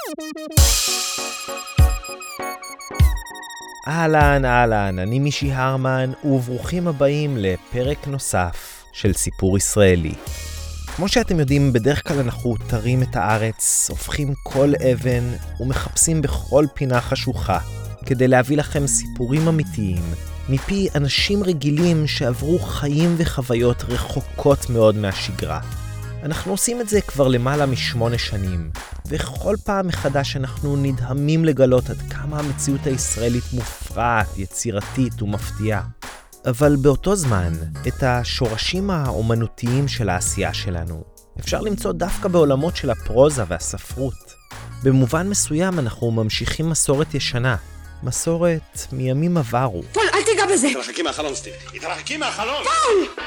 אהלן, אני מישי הרמן, וברוכים הבאים לפרק נוסף של סיפור ישראלי. כמו שאתם יודעים, בדרך כלל אנחנו תרים את הארץ, הופכים כל אבן ומחפשים בכל פינה חשוכה, כדי להביא לכם סיפורים אמיתיים, מפי אנשים רגילים שעברו חיים וחוויות רחוקות מאוד מהשגרה. אנחנו עושים את זה כבר למעלה מ8 שנים, וכל פעם מחדש אנחנו נדהמים לגלות עד כמה המציאות הישראלית מופרעת, יצירתית ומפתיעה. אבל באותו זמן, את השורשים האומנותיים של העשייה שלנו אפשר למצוא דווקא בעולמות של הפרוזה והספרות. במובן מסוים אנחנו ממשיכים מסורת ישנה, מסורת מימים עברו. פול, אל תיגע בזה! התרחקי מהחלון, סטיב. התרחקי מהחלון! פול!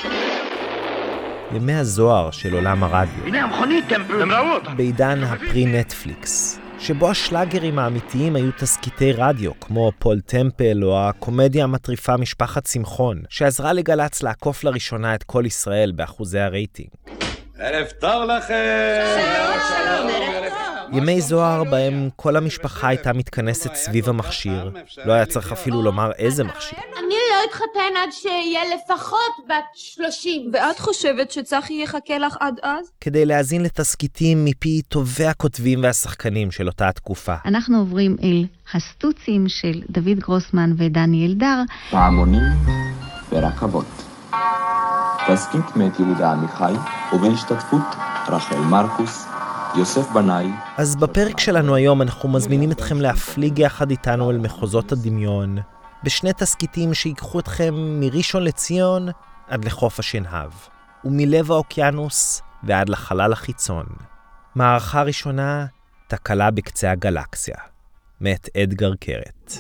ימי הזוהר של עולם הרדיו. הנה המכונית, הם ראו אותה. בעידן הפרי נטפליקס, שבו השלאגרים האמיתיים היו תסקיטי רדיו, כמו פול טמפל או הקומדיה המטריפה משפחת שמחון, שעזרה לגלץ לעקוף לראשונה את כל ישראל באחוזי הרייטינג. ערב טוב לכם! שלום, ימי זוהר בהם כל המשפחה הייתה מתכנסת סביב המכשיר, לא היה צריך אפילו לומר איזה מכשיר. אני לא אתחתן עד שיהיה לפחות בת 30. ואת חושבת שצחי יחכה לך עד אז? כדי להאזין לתסקיטים מפי טובי הכותבים והשחקנים של אותה התקופה. אנחנו עוברים אל הסטוצים של דוד גרוסמן ודני אלדר. פעמונים ורכבות. תסקית מאת יהודה עמיחי ובהשתתפות רחל מרקוס, יוסף בנאי. אז בפרק שלנו היום אנחנו מזמינים אתכם להפליג יחד איתנו אל מחוזות הדמיון, בשני תסקיטים שיקחו אתכם מראשון לציון עד לחוף השנהב, ומלב האוקיינוס ועד לחלל החיצון. מערכה ראשונה, תקלה בקצה הגלקסיה, מאת אדגר קרת.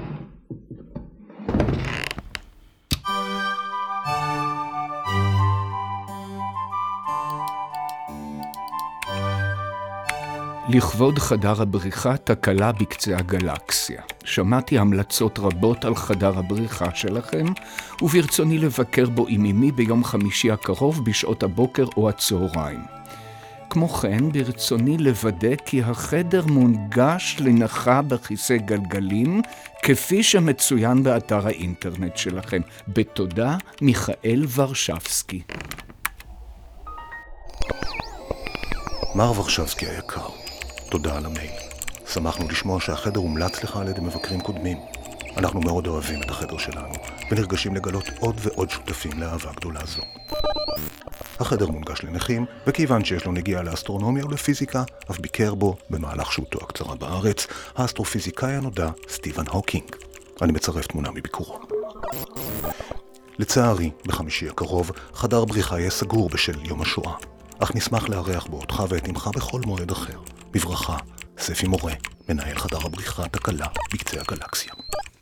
לכבוד חדר הבריחה, תקלה בקצה הגלקסיה. שמעתי המלצות רבות על חדר הבריחה שלכם, וברצוני לבקר בו עם אמי ביום חמישי הקרוב בשעות הבוקר או הצהריים. כמו כן, ברצוני לוודא כי החדר מונגש לנחה בכיסא גלגלים, כפי שמצוין באתר האינטרנט שלכם. בתודה, מיכאל ורשבסקי. מר ורשבסקי היקר, תודה על המייל. שמחנו לשמוע שהחדר הומלץ לך על ידי מבקרים קודמים. אנחנו מאוד אוהבים את החדר שלנו, ונרגשים לגלות עוד ועוד שותפים לאהבה גדולה זו. החדר מונגש לנכים, וכיוון שיש לו נגיעה לאסטרונומיה ולפיזיקה, אף ביקר בו במהלך שהותו הקצרה בארץ, האסטרופיזיקאי הנודע סטיבן הוקינג. אני מצרף תמונה מביקורו. לצערי, בחמישי הקרוב, חדר בריחה יהיה סגור בשל יום השואה. אך נשמח לארח בו אותך ואת אמך בכל מועד אחר. בברכה, ספי מורה, מנהל חדר הבריחה תקלה בקצה הגלקסיה.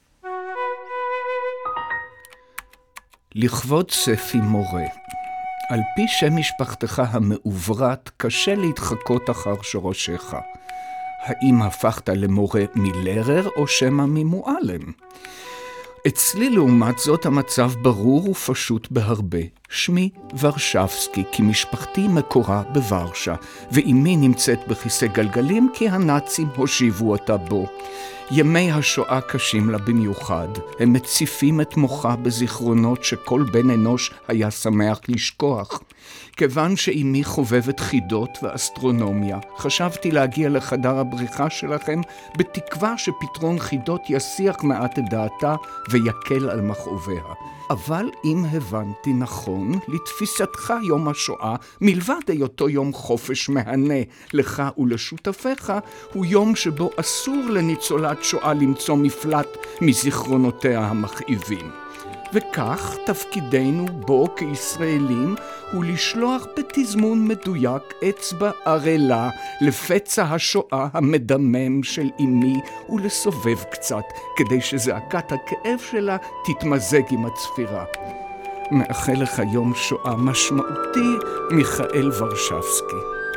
לכבוד ספי מורה, על פי שם משפחתך המעוברת, קשה להתחקות אחר שורשיך. האם הפכת למורה מלרר או שמא ממועלם? אצלי לעומת זאת המצב ברור ופשוט בהרבה. שמי ורשבסקי, כי משפחתי מקורה בוורשה, ואימי נמצאת בכיסא גלגלים כי הנאצים הושיבו אותה בו. ימי השואה קשים לה במיוחד, הם מציפים את מוחה בזיכרונות שכל בן אנוש היה שמח לשכוח. כיוון שאימי חובבת חידות ואסטרונומיה, חשבתי להגיע לחדר הבריחה שלכם בתקווה שפתרון חידות יסיח מעט את דעתה ויקל על מכאוביה. אבל אם הבנתי נכון, לתפיסתך יום השואה, מלבד היותו יום חופש מהנה לך ולשותפיך, הוא יום שבו אסור לניצולת שואה למצוא מפלט מזיכרונותיה המכאיבים. וכך תפקידנו בו כישראלים הוא לשלוח בתזמון מדויק אצבע ערלה לפצע השואה המדמם של אמי ולסובב קצת כדי שזעקת הכאב שלה תתמזג עם הצפירה. מאחל לך יום שואה משמעותי, מיכאל ורשבסקי.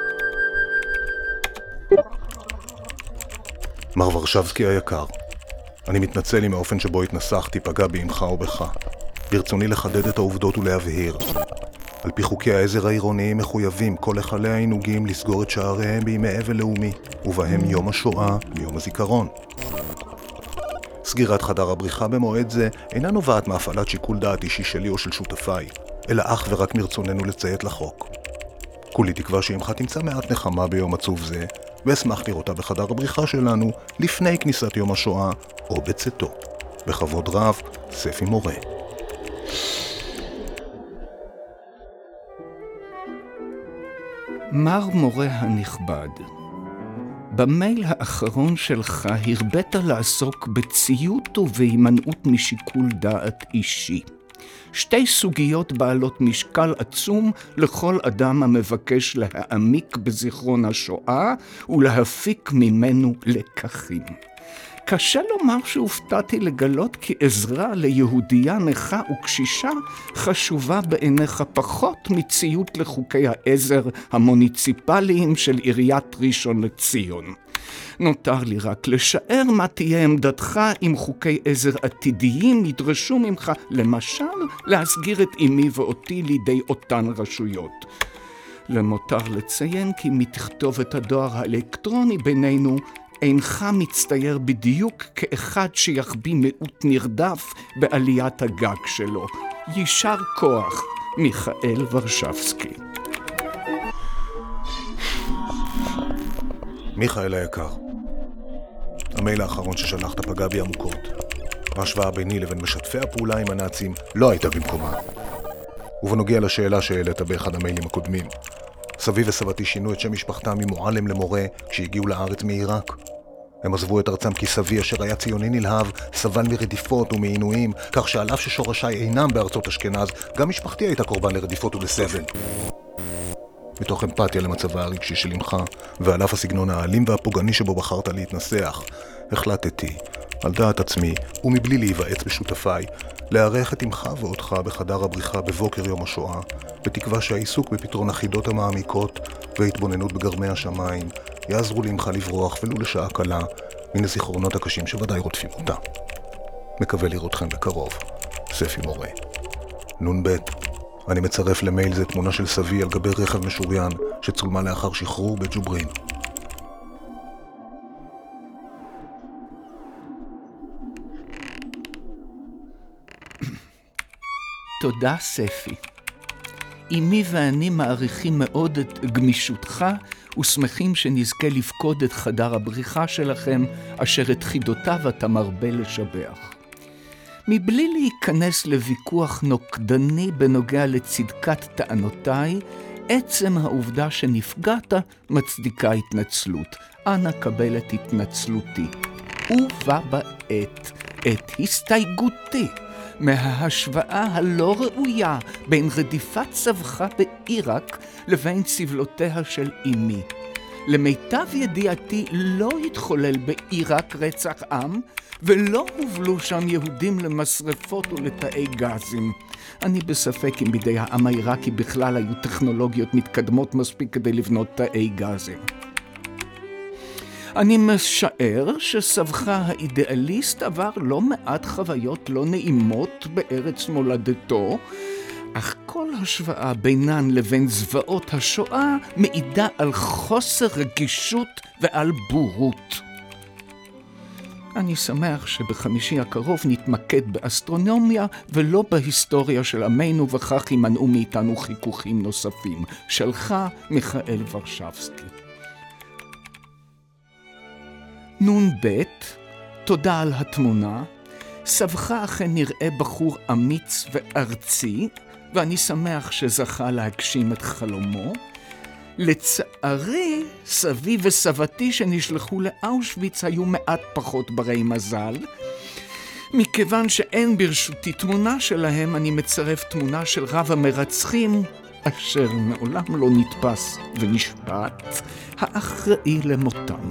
מר ורשבסקי היקר, אני מתנצל אם האופן שבו התנסחתי פגע באמך או בך. ברצוני לחדד את העובדות ולהבהיר. על פי חוקי העזר העירוניים מחויבים כל היכלי העינוגים לסגור את שעריהם בימי אבל לאומי, ובהם יום השואה ויום הזיכרון. סגירת חדר הבריחה במועד זה אינה נובעת מהפעלת שיקול דעת אישי שלי או של שותפיי, אלא אך ורק מרצוננו לציית לחוק. כולי תקווה שאמך תמצא מעט נחמה ביום עצוב זה, ואשמח לראותה בחדר הבריחה שלנו לפני כניסת יום השואה או בצאתו. בכבוד רב, ספי מורה. מר מורה הנכבד, במייל האחרון שלך הרבאת לעסוק בציות ובהימנעות משיקול דעת אישי. שתי סוגיות בעלות משקל עצום לכל אדם המבקש להעמיק בזיכרון השואה ולהפיק ממנו לקחים. קשה לומר שהופתעתי לגלות כי עזרה ליהודייה נכה וקשישה חשובה בעיניך פחות מציות לחוקי העזר המוניציפליים של עיריית ראשון לציון. נותר לי רק לשער מה תהיה עמדתך אם חוקי עזר עתידיים ידרשו ממך, למשל, להסגיר את אמי ואותי לידי אותן רשויות. למותר לציין כי מתכתובת הדואר האלקטרוני בינינו אינך מצטייר בדיוק כאחד שיחביא מיעוט נרדף בעליית הגג שלו. יישר כוח, מיכאל ורשבסקי. מיכאל היקר, המייל האחרון ששלחת פגע בי עמוקות. ההשוואה ביני לבין משתפי הפעולה עם הנאצים לא הייתה במקומה. ובנוגע לשאלה שהעלית באחד המיילים הקודמים, סבי וסבתי שינו את שם משפחתם ממועלם למורה כשהגיעו לארץ מעיראק. הם עזבו את ארצם כי סבי, אשר היה ציוני נלהב, סבל מרדיפות ומעינויים, כך שעל אף ששורשיי אינם בארצות אשכנז, גם משפחתי הייתה קורבן לרדיפות ולסבל. מתוך אמפתיה למצבה הרגשי של אמך, ועל אף הסגנון האלים והפוגעני שבו בחרת להתנסח, החלטתי, על דעת עצמי, ומבלי להיוועץ בשותפיי, לארח את אמך ואותך בחדר הבריחה בבוקר יום השואה, בתקווה שהעיסוק בפתרון החידות המעמיקות וההתבוננות בגרמי השמיים יעזרו לאמך לברוח ולו לשעה קלה מן הזיכרונות הקשים שוודאי רודפים אותה. מקווה לראותכם בקרוב. ספי מורה. נ"ב. אני מצרף למייל זה תמונה של סבי על גבי רכב משוריין שצולמה לאחר שחרור בג'וברין. תודה ספי. אמי ואני מעריכים מאוד את גמישותך ושמחים שנזכה לפקוד את חדר הבריחה שלכם, אשר את חידותיו אתה מרבה לשבח. מבלי להיכנס לוויכוח נוקדני בנוגע לצדקת טענותיי, עצם העובדה שנפגעת מצדיקה התנצלות. אנא קבל את התנצלותי. ובה בעת את הסתייגותי מההשוואה הלא ראויה בין רדיפת סבך בעיראק לבין סבלותיה של אמי. למיטב ידיעתי לא התחולל בעיראק רצח עם, ולא הובלו שם יהודים למשרפות ולתאי גזים. אני בספק אם בידי העם העיראקי בכלל היו טכנולוגיות מתקדמות מספיק כדי לבנות תאי גזים. אני משער שסבך האידיאליסט עבר לא מעט חוויות לא נעימות בארץ מולדתו, אך כל השוואה בינן לבין זוועות השואה מעידה על חוסר רגישות ועל בורות. אני שמח שבחמישי הקרוב נתמקד באסטרונומיה ולא בהיסטוריה של עמנו, וכך יימנעו מאיתנו חיכוכים נוספים. שלך, מיכאל ורשבסקי. נ"ב. תודה על התמונה. סבך אכן נראה בחור אמיץ וארצי, ואני שמח שזכה להגשים את חלומו. לצערי, סבי וסבתי שנשלחו לאושוויץ היו מעט פחות ברי מזל. מכיוון שאין ברשותי תמונה שלהם, אני מצרף תמונה של רב המרצחים, אשר מעולם לא נתפס ונשפט, האחראי למותם.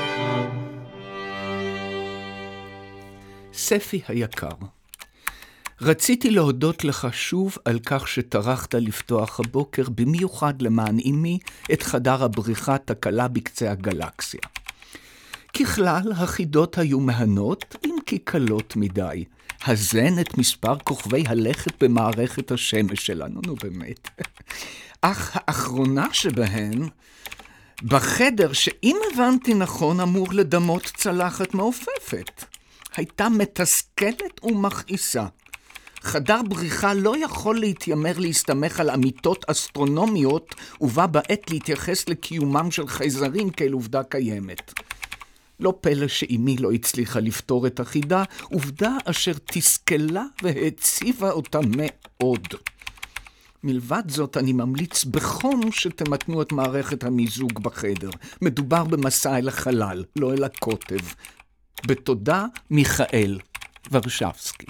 ספי היקר, רציתי להודות לך שוב על כך שטרחת לפתוח הבוקר במיוחד למען אמי את חדר הבריחה תקלה בקצה הגלקסיה. ככלל, החידות היו מהנות, אם כי קלות מדי. הזן את מספר כוכבי הלכת במערכת השמש שלנו, נו באמת. אך האחרונה שבהן, בחדר שאם הבנתי נכון אמור לדמות צלחת מעופפת, הייתה מתסכלת ומכעיסה. חדר בריחה לא יכול להתיימר להסתמך על אמיתות אסטרונומיות, ובה בעת להתייחס לקיומם של חייזרים כאל עובדה קיימת. לא פלא שאימי לא הצליחה לפתור את החידה, עובדה אשר תסכלה והציבה אותה מאוד. מלבד זאת אני ממליץ בחום שתמתנו את מערכת המיזוג בחדר. מדובר במסע אל החלל, לא אל הקוטב. בתודה, מיכאל ורשבסקי.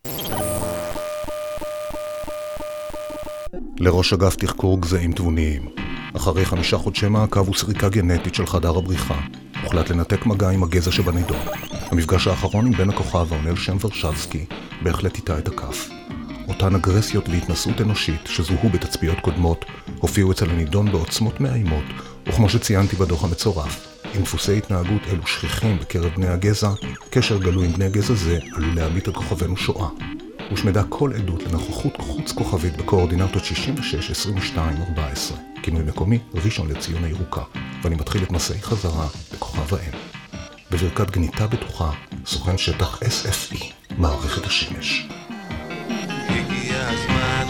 לראש אגף תחקור גזעים תבוניים. אחרי 5 חודשי מעקב וסריקה גנטית של חדר הבריחה, הוחלט לנתק מגע עם הגזע שבנידון. המפגש האחרון עם בן הכוכב העונה על שם ורשבסקי בהחלט איתה את הכף. אותן אגרסיות והתנסות אנושית שזוהו בתצפיות קודמות הופיעו אצל הנידון בעוצמות מאיימות, וכמו שציינתי בדוח המצורף, עם דפוסי התנהגות אלו שכיחים בקרב בני הגזע, קשר גלוי עם בני גזע זה עלול להמיט על כוכבנו שואה. הושמדה כל עדות לנוכחות חוץ כוכבית בקואורדינטות 66, 22, 14, כינוי מקומי ראשון לציון הירוקה, ואני מתחיל את מסעי חזרה בכוכב האם. בברכת גניתה בטוחה, סוכן שטח SFE, מערכת השמש. הגיע הזמן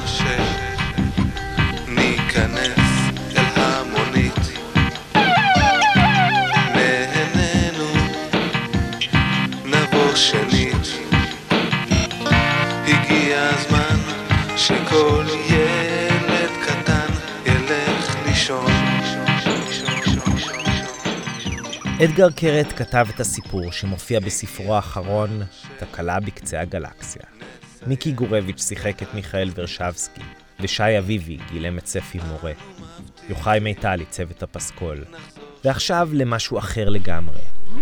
שניכנס אל המונית, נהננו, נבוא שנית. הגיע הזמן שכל ילד קטן ילך לישון. אדגר קרת כתב את הסיפור שמופיע בספרו האחרון, תקלה בקצה הגלקסיה. מיקי גורביץ' שיחק את מיכאל ורשבסקי, ושי אביבי גילם את ספי מורה. יוחאי מיטל עיצב את הפסקול. ועכשיו למשהו אחר לגמרי.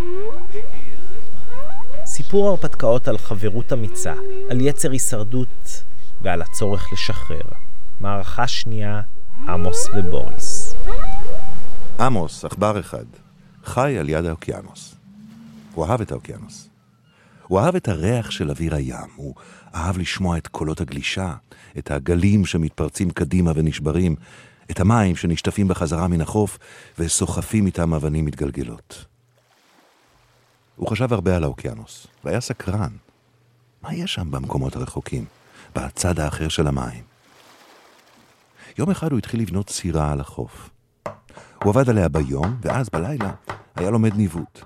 סיפור הרפתקאות על חברות אמיצה, על יצר הישרדות ועל הצורך לשחרר. מערכה שנייה, עמוס ובוריס. עמוס, עכבר אחד, חי על יד האוקיינוס. הוא אהב את האוקיינוס. הוא אהב את הריח של אוויר הים, הוא אהב לשמוע את קולות הגלישה, את הגלים שמתפרצים קדימה ונשברים, את המים שנשטפים בחזרה מן החוף וסוחפים איתם אבנים מתגלגלות. הוא חשב הרבה על האוקיינוס, והיה סקרן. מה יש שם במקומות הרחוקים, בצד האחר של המים? יום אחד הוא התחיל לבנות סירה על החוף. הוא עבד עליה ביום, ואז בלילה היה לומד ניווט.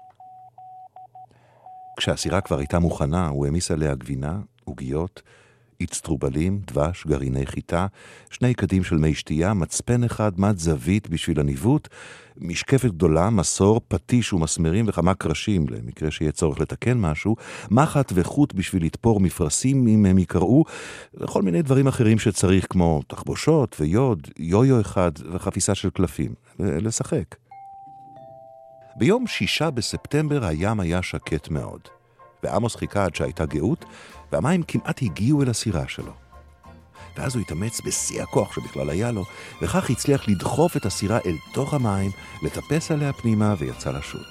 כשהסירה כבר הייתה מוכנה, הוא העמיס עליה גבינה, עוגיות, אצטרובלים, דבש, גרעיני חיטה, 2 קדים של מי שתייה, מצפן אחד, מד זווית בשביל הניווט, משקפת גדולה, מסור, פטיש ומסמרים וכמה קרשים, למקרה שיהיה צורך לתקן משהו, מחט וחוט בשביל לתפור מפרסים אם הם יקראו, וכל מיני דברים אחרים שצריך כמו תחבושות ויוד, יויו אחד וחפיסה של קלפים, לשחק. ביום 6 בספטמבר הים היה שקט מאוד, ועמוס חיכה עד שהייתה גאות, והמים כמעט הגיעו אל הסירה שלו. ואז הוא התאמץ בשיא הכוח שבכלל היה לו, וכך הצליח לדחוף את הסירה אל תוך המים, לטפס עליה פנימה ויצא לשוט.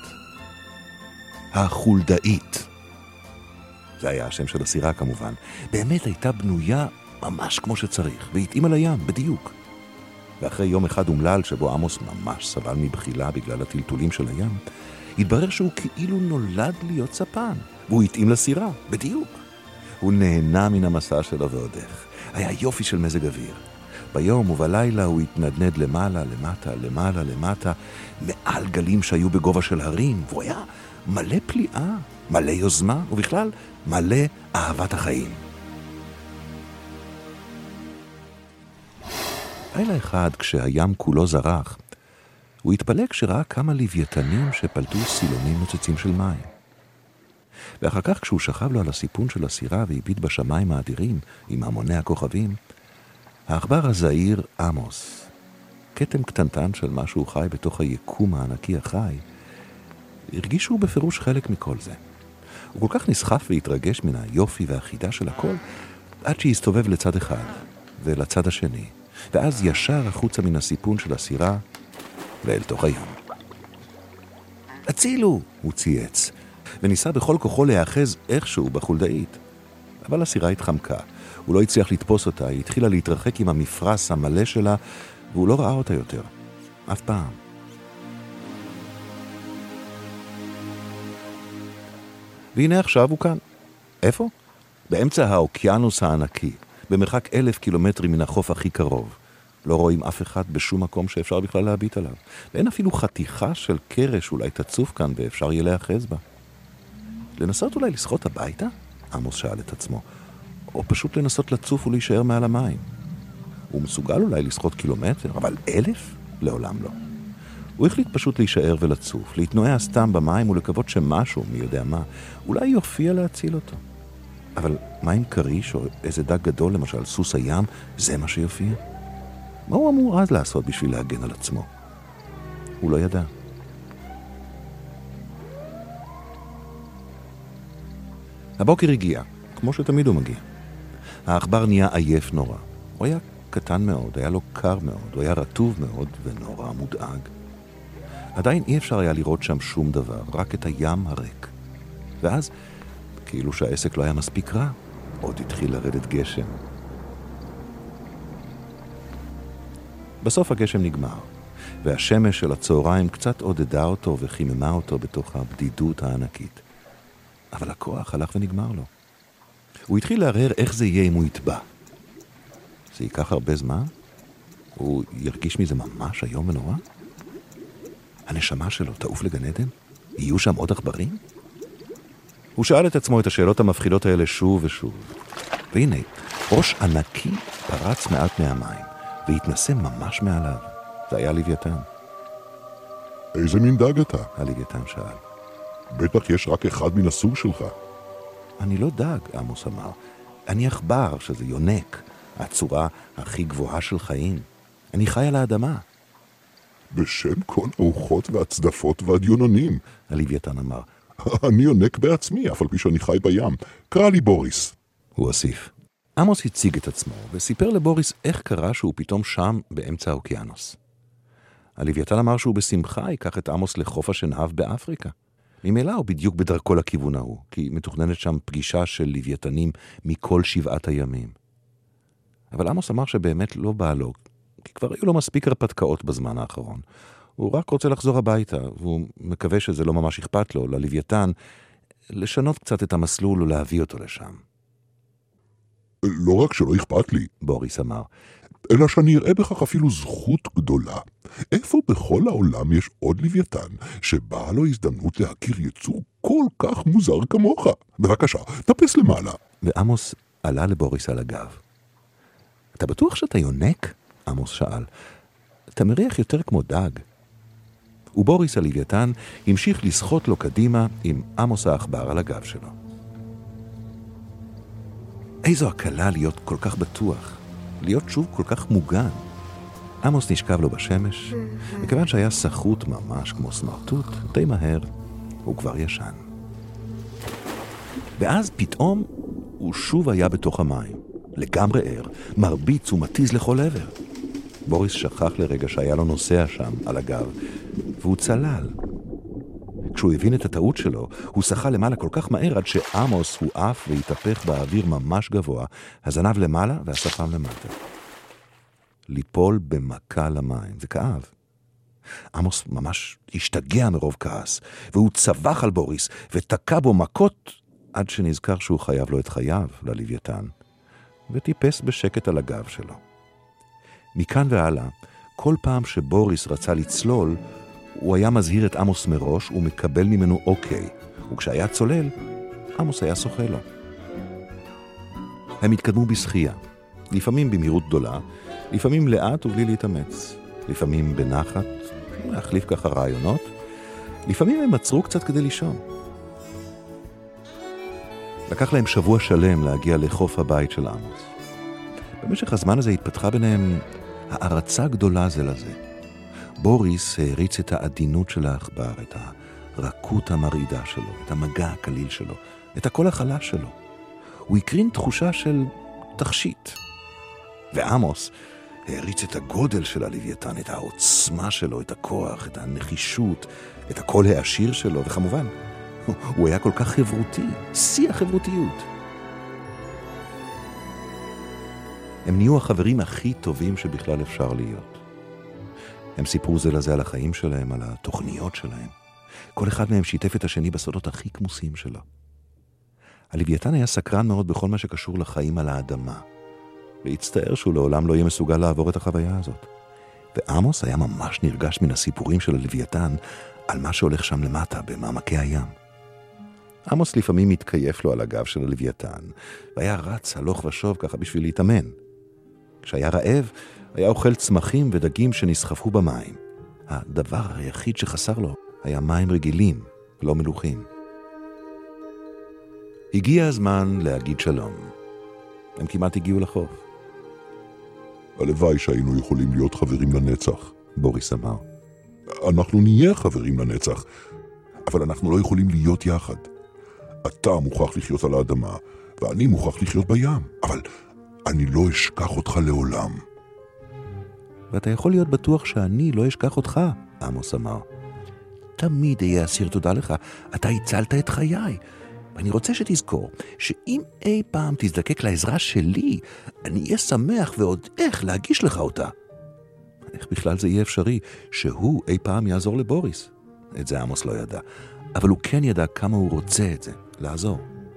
החולדאית. זה היה השם של הסירה כמובן. באמת הייתה בנויה ממש כמו שצריך, והתאימה לים בדיוק. ואחרי יום אחד אומלל שבו עמוס ממש סבל מבחילה בגלל הטלטולים של הים, התברר שהוא כאילו נולד להיות ספן, והוא התאים לסירה, בדיוק. הוא נהנה מן המסע שלו ועודך. היה יופי של מזג אוויר. ביום ובלילה הוא התנדנד למעלה, למטה, למעלה, למטה, מעל גלים שהיו בגובה של הרים, והוא היה מלא פליאה, מלא יוזמה, ובכלל מלא אהבת החיים. לילה אחד, כשהים כולו זרח, הוא התפלא כשראה כמה לוויתנים שפלטו סילונים נוצצים של מים. ואחר כך, כשהוא שכב לו על הסיפון של הסירה והביט בשמיים האדירים עם המוני הכוכבים, העכבר הזעיר עמוס, קטם קטנטן של משהו חי בתוך היקום הענקי החי, הרגיש שהוא בפירוש חלק מכל זה. הוא כל כך נסחף והתרגש מן היופי והחידה של הכל, עד שהסתובב לצד אחד ולצד השני, ואז ישר החוצה מן הסיפון של הסירה ואל תוך הים. הצילו! הוא צייץ, וניסה בכל כוחו להיאחז איכשהו בחולדאית. אבל הסירה התחמקה. הוא לא הצליח לתפוס אותה, היא התחילה להתרחק עם המפרס המלא שלה, והוא לא ראה אותה יותר. אף פעם. והנה עכשיו הוא כאן. איפה? באמצע האוקיינוס הענקי, במרחק 1,000 קילומטרים מן החוף הכי קרוב. לא רואים אף אחד בשום מקום שאפשר בכלל להביט עליו. ואין אפילו חתיכה של קרש אולי תצוף כאן ואפשר יהיה להאחז בה. לנסות אולי לשחות הביתה? עמוס שאל את עצמו. או פשוט לנסות לצוף ולהישאר מעל המים. הוא מסוגל אולי לשחות קילומטר, אבל 1,000? לעולם לא. הוא החליט פשוט להישאר ולצוף, להתנועע סתם במים ולקוות שמשהו, מי יודע מה, אולי יופיע להציל אותו. אבל מה עם קריש או איזה דג גדול, למשל סוס הים, זה מה שיופיע? מה הוא אמור אז לעשות בשביל להגן על עצמו? הוא לא ידע. הבוקר הגיע, כמו שתמיד הוא מגיע. העכבר נהיה עייף נורא. הוא היה קטן מאוד, היה לו קר מאוד, הוא היה רטוב מאוד ונורא מודאג. עדיין אי אפשר היה לראות שם שום דבר, רק את הים הריק. ואז, כאילו שהעסק לא היה מספיק רע, עוד התחיל לרדת גשם. בסוף הגשם נגמר, והשמש של הצהריים קצת עודדה אותו וחיממה אותו בתוך הבדידות הענקית. אבל הכוח הלך ונגמר לו. הוא התחיל להרהר איך זה יהיה אם הוא יטבע. זה ייקח הרבה זמן? הוא ירגיש מזה ממש היום ונורא? הנשמה שלו תעוף לגן עדן? יהיו שם עוד עכברים? הוא שאל את עצמו את השאלות המפחידות האלה שוב ושוב. והנה, ראש ענקי פרץ מעט מהמים, והתנסה ממש מעליו. זה היה לוויתן. איזה מין דג אתה? הלוויתן שאל. בטח יש רק אחד מן הסוג שלך. אני לא דג, עמוס אמר. אני עכבר, שזה יונק, הצורה הכי גבוהה של חיים. אני חי על האדמה. בשם כל הרוחות והצדפות והדיונונים, הלוויתן אמר. אני יונק בעצמי, אף על פי שאני חי בים. קרא לי בוריס. הוא הוסיף. עמוס הציג את עצמו וסיפר לבוריס איך קרה שהוא פתאום שם באמצע האוקיינוס. הלוויתן אמר שהוא בשמחה ייקח את עמוס לחוף השנהב באפריקה. ממילא הוא בדיוק בדרכו לכיוון ההוא, כי מתוכננת שם פגישה של לוויתנים מכל 7 הימים. אבל עמוס אמר שבאמת לא בא לו, כי כבר היו לו מספיק הרפתקאות בזמן האחרון. הוא רק רוצה לחזור הביתה, והוא מקווה שזה לא ממש אכפת לו, ללוויתן, לשנות קצת את המסלול ולהביא אותו לשם. לא רק שלא אכפת לי, בוריס אמר, אלא שאני אראה בכך אפילו זכות גדולה. איפה בכל העולם יש עוד לוויתן שבאה לו הזדמנות להכיר יצור כל כך מוזר כמוך? בבקשה, טפס למעלה. ועמוס עלה לבוריס על הגב. אתה בטוח שאתה יונק? עמוס שאל. אתה מריח יותר כמו דג. ובוריס הלוויתן המשיך לשחות לו קדימה עם עמוס העכבר על הגב שלו. איזו הקלה להיות כל כך בטוח, להיות שוב כל כך מוגן. עמוס נשכב לו בשמש, וכיוון שהיה סחוט ממש כמו סמרטוט, די מהר הוא כבר ישן. ואז פתאום הוא שוב היה בתוך המים, לגמרי ער, מרביץ ומתיז לכל עבר. בוריס שכח לרגע שהיה לו נוסע שם על הגב, והוא צלל. כשהוא הבין את הטעות שלו, הוא שחה למעלה כל כך מהר עד שעמוס הוא עף והתהפך באוויר ממש גבוה, הזנב למעלה והשפם למטה. ליפול במכה למים, זה כאב. עמוס ממש השתגע מרוב כעס, והוא צבח על בוריס ותקע בו מכות עד שנזכר שהוא חייב לו את חייו ללוויתן, וטיפס בשקט על הגב שלו. מכאן והלאה, כל פעם שבוריס רצה לצלול, הוא היה מזהיר את עמוס מראש ומקבל ממנו אוקיי, וכשהיה צולל, עמוס היה שוחה לו. הם התקדמו בשחייה, לפעמים במהירות גדולה, לפעמים לאט ובלי להתאמץ, לפעמים בנחת, להחליף ככה רעיונות, לפעמים הם עצרו קצת כדי לישון. לקח להם שבוע שלם להגיע לחוף הבית של עמוס. במשך הזמן הזה התפתחה ביניהם הערצה גדולה זה לזה. בוריס העריץ את העדינות של העכבר, את הרכות המרעידה שלו, את המגע הקליל שלו, את הקול החלש שלו. הוא הקרין תחושה של תכשיט. ועמוס העריץ את הגודל של הלוויתן, את העוצמה שלו, את הכוח, את הנחישות, את הקול העשיר שלו, וכמובן, הוא היה כל כך חברותי, שיא החברותיות. הם נהיו החברים הכי טובים שבכלל אפשר להיות. הם סיפרו זה לזה על החיים שלהם, על התוכניות שלהם. כל אחד מהם שיתף את השני בסודות הכי כמוסים שלו. הלוויתן היה סקרן מאוד בכל מה שקשור לחיים על האדמה, והצטער שהוא לעולם לא יהיה מסוגל לעבור את החוויה הזאת. ועמוס היה ממש נרגש מן הסיפורים של הלוויתן על מה שהולך שם למטה, במעמקי הים. עמוס לפעמים התקייף לו על הגב של הלוויתן, והיה רץ הלוך ושוב ככה בשביל להתאמן. כשהיה רעב, היה אוכל צמחים ודגים שנסחפו במים. הדבר היחיד שחסר לו היה מים רגילים, לא מלוחים. הגיע הזמן להגיד שלום. הם כמעט הגיעו לחוף. הלוואי שהיינו יכולים להיות חברים לנצח, בוריס אמר. אנחנו נהיה חברים לנצח, אבל אנחנו לא יכולים להיות יחד. אתה מוכרח לחיות על האדמה, ואני מוכרח לחיות בים, אבל אני לא אשכח אותך לעולם. ואתה יכול להיות בטוח שאני לא אשכח אותך, עמוס אמר. תמיד אהיה אסיר תודה לך, אתה הצלת את חיי. ואני רוצה שתזכור שאם אי פעם תזדקק לעזרה שלי, אני אהיה שמח ועוד איך להגיש לך אותה. איך בכלל זה יהיה אפשרי שהוא אי פעם יעזור לבוריס? את זה עמוס לא ידע, אבל הוא כן ידע כמה הוא רוצה את זה, לעזור.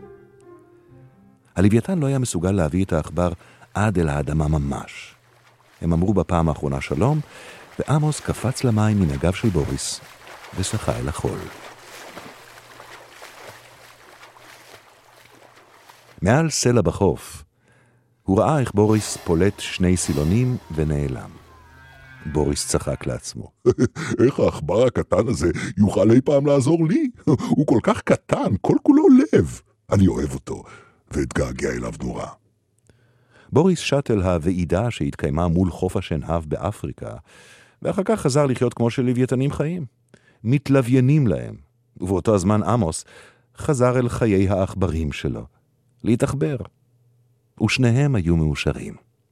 הלוויתן לא היה מסוגל להביא את העכבר עד אל האדמה ממש. הם אמרו בפעם האחרונה שלום, ועמוס קפץ למים מן הגב של בוריס ושחה אל החול. מעל סלע בחוף, הוא ראה איך בוריס פולט 2 סילונים ונעלם. בוריס צחק לעצמו. איך העכבר הקטן הזה יוכל אי פעם לעזור לי? הוא כל כך קטן, כל כולו לב. אני אוהב אותו, והתגעגע אליו נורא. בוריס שט אל הוועידה שהתקיימה מול חוף השנהב באפריקה, ואחר כך חזר לחיות כמו של לוויתנים חיים. מתלוויינים להם, ובאותו הזמן עמוס חזר אל חיי העכברים שלו, להתאחבר. ושניהם היו מאושרים.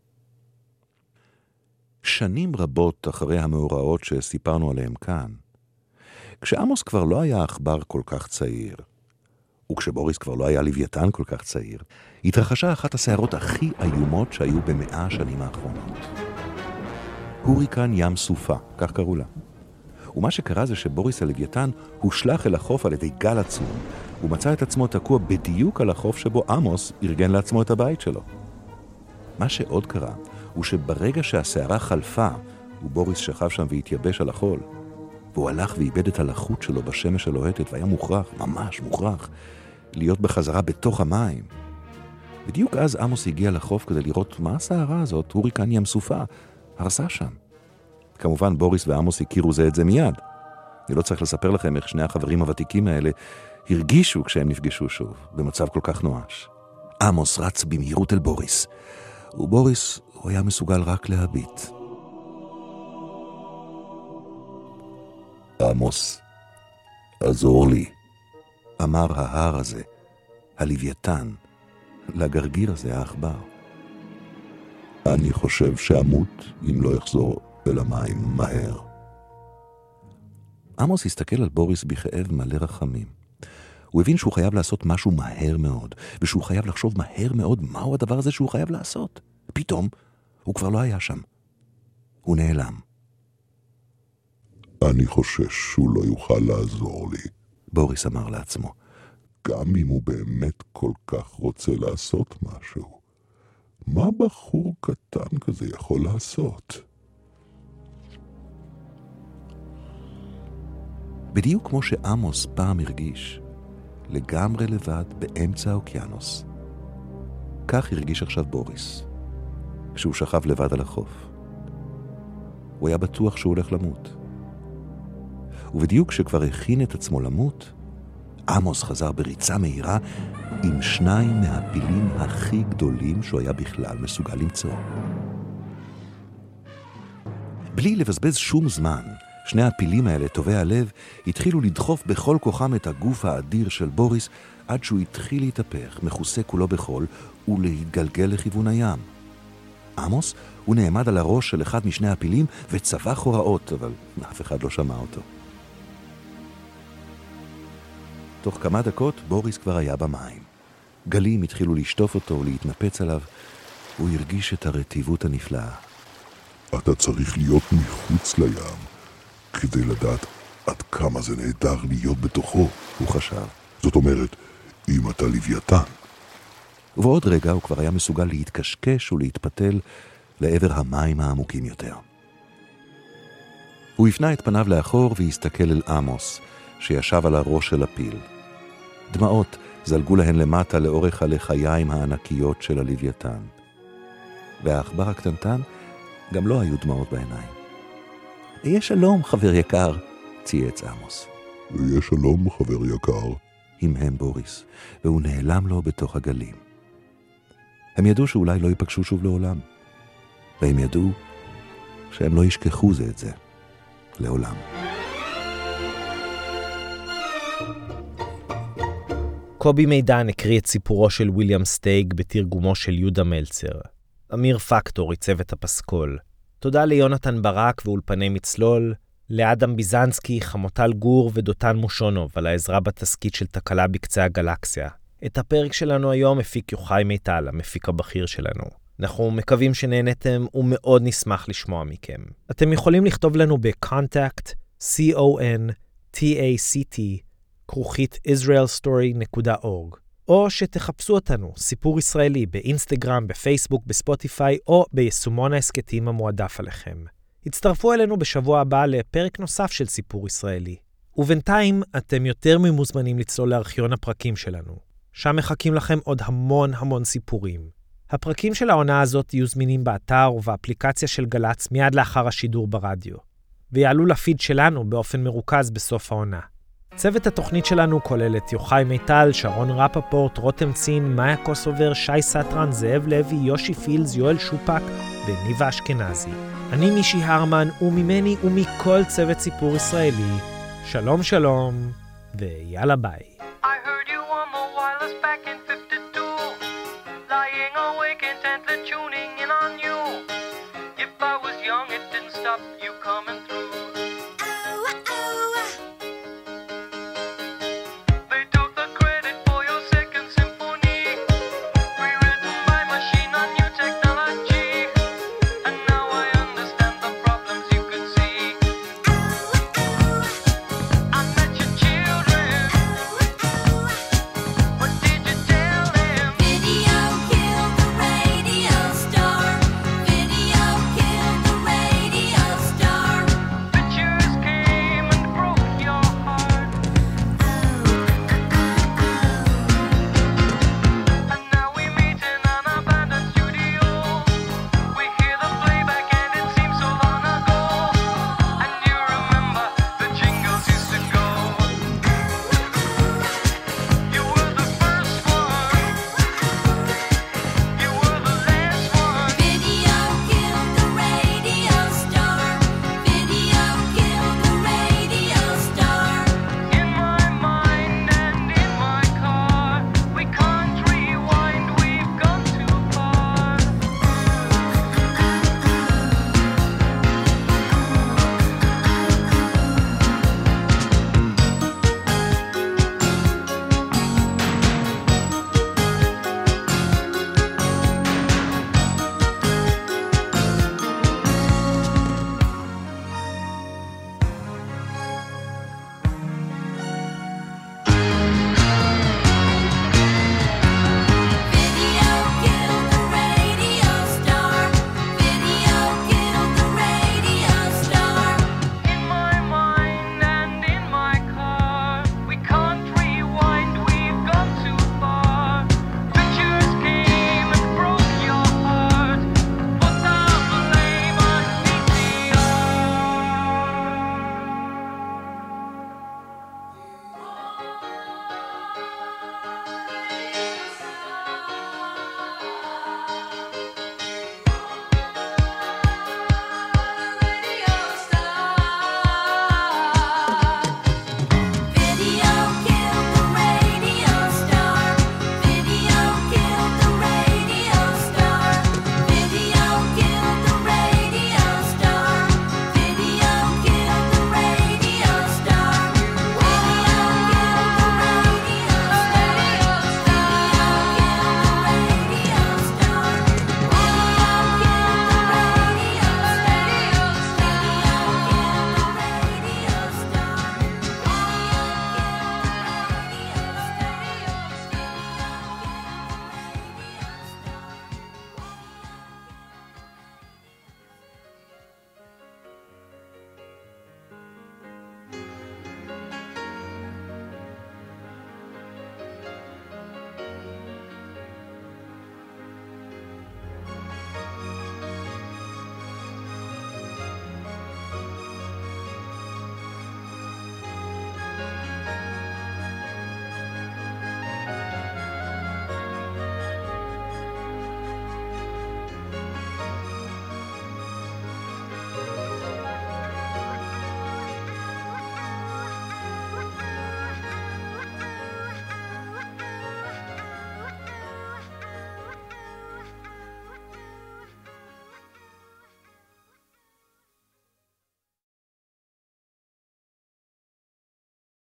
שנים רבות אחרי המאורעות שסיפרנו עליהם כאן, כשעמוס כבר לא היה עכבר כל כך צעיר, וכשבוריס כבר לא היה לוויתן כל כך צעיר, התרחשה אחת הסערות הכי איומות שהיו ב100 השנים האחרונות. הוריקן ים סופה, כך קראו לה. ומה שקרה זה שבוריס הלוויתן הושלח אל החוף על ידי גל עצום, ומצא את עצמו תקוע בדיוק על החוף שבו עמוס ארגן לעצמו את הבית שלו. מה שעוד קרה הוא שברגע שהסערה חלפה, ובוריס שכב שם והתייבש על החול, והוא הלך ואיבד את הלחות שלו בשמש הלוהטת, והיה מוכרח, ממש מוכרח, להיות בחזרה בתוך המים. בדיוק אז עמוס הגיע לחוף כדי לראות מה הסערה הזאת, הוריקן ים סופה, הרסה שם. כמובן בוריס ועמוס הכירו זה את זה מיד. אני לא צריך לספר לכם איך שני החברים הוותיקים האלה הרגישו כשהם נפגשו שוב, במצב כל כך נואש. עמוס רץ במהירות אל בוריס, ובוריס הוא היה מסוגל רק להביט. עמוס, עזור לי, אמר ההר הזה, הלוויתן, לגרגיר הזה העכבר. אני חושב שאמות אם לא יחזור אל המים מהר. עמוס הסתכל על בוריס בכאב מלא רחמים. הוא הבין שהוא חייב לעשות משהו מהר מאוד, ושהוא חייב לחשוב מהר מאוד מהו הדבר הזה שהוא חייב לעשות. פתאום הוא כבר לא היה שם. הוא נעלם. אני חושש שהוא לא יוכל לעזור לי, בוריס אמר לעצמו. גם אם הוא באמת כל כך רוצה לעשות משהו, מה בחור קטן כזה יכול לעשות? בדיוק כמו שעמוס פעם הרגיש, לגמרי לבד באמצע האוקיינוס. כך הרגיש עכשיו בוריס, כשהוא שכב לבד על החוף. הוא היה בטוח שהוא הולך למות. ובדיוק כשכבר הכין את עצמו למות, עמוס חזר בריצה מהירה עם 2 מהפילים הכי גדולים שהוא היה בכלל מסוגל למצוא. בלי לבזבז שום זמן, שני הפילים האלה, טובי הלב, התחילו לדחוף בכל כוחם את הגוף האדיר של בוריס, עד שהוא התחיל להתהפך, מכוסה כולו בחול, ולהתגלגל לכיוון הים. עמוס, הוא נעמד על הראש של אחד משני הפילים, וצבח הוראות, אבל אף אחד לא שמע אותו. תוך כמה דקות, בוריס כבר היה במים. גלים התחילו לשטוף אותו ולהתנפץ עליו, הוא הרגיש את הרטיבות הנפלאה. אתה צריך להיות מחוץ לים, כדי לדעת עד כמה זה נהדר להיות בתוכו, הוא חשב. זאת אומרת, אם אתה לוויתן. ובעוד רגע הוא כבר היה מסוגל להתקשקש ולהתפתל לעבר המים העמוקים יותר. הוא הפנה את פניו לאחור והסתכל אל עמוס, שישב על הראש של הפיל. דמעות זלגו להן למטה לאורך הלחיים הענקיות של הלוויתן. והאחבר הקטנטן גם לא היו דמעות בעיניים. יהיה שלום, חבר יקר, צייץ עמוס. יהיה שלום, חבר יקר, המהם בוריס, והוא נעלם לו בתוך הגלים. הם ידעו שאולי לא ייפגשו שוב לעולם, והם ידעו שהם לא ישכחו זה את זה לעולם. קובי מידן הקריא את סיפורו של וויליאם סטייג בתרגומו של יהודה מלצר. אמיר פקטור עיצב את הפסקול. תודה ליונתן ברק ואולפני מצלול, לאדם ביזנסקי, חמוטל גור ודותן מושונוב על העזרה בתסקית של תקלה בקצה הגלקסיה. את הפרק שלנו היום הפיק יוחאי מיטל, המפיק הבכיר שלנו. אנחנו מקווים שנהנתם ומאוד נשמח לשמוע מכם. אתם יכולים לכתוב לנו ב-contact, contact@israelstory.org, או שתחפשו אותנו, סיפור ישראלי, באינסטגרם, בפייסבוק, בספוטיפיי, או ביישומון העסקתים המועדף עליכם. הצטרפו אלינו בשבוע הבא לפרק נוסף של סיפור ישראלי. ובינתיים אתם יותר ממוזמנים לצלול לארכיון הפרקים שלנו. שם מחכים לכם עוד המון סיפורים. הפרקים של העונה הזאת יהיו זמינים באתר ובאפליקציה של גלץ מיד לאחר השידור ברדיו, ויעלו לפיד שלנו באופן מרוכז בסוף העונה. צוות התוכנית שלנו כולל את יוחאי מיטל, שרון רפפורט, רותם צין, מאיה קוסובר, שי סטרן, זאב לוי, יושי פילס, יואל שופק וניבה אשכנזי. אני מישי הרמן, וממני ומכל צוות סיפור ישראלי. שלום שלום, ויאללה ביי. I heard you on the wireless back in 52, lying awake intent that you